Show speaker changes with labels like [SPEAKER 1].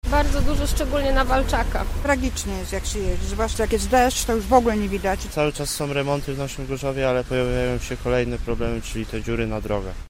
[SPEAKER 1] Bardzo dużo, szczególnie na Walczaka.
[SPEAKER 2] Tragicznie jest, jak się jeździ, zwłaszcza jak jest deszcz, to już w ogóle nie widać.
[SPEAKER 3] Cały czas są remonty w naszym Gorzowie, ale pojawiają się kolejne problemy, czyli te dziury na drogach.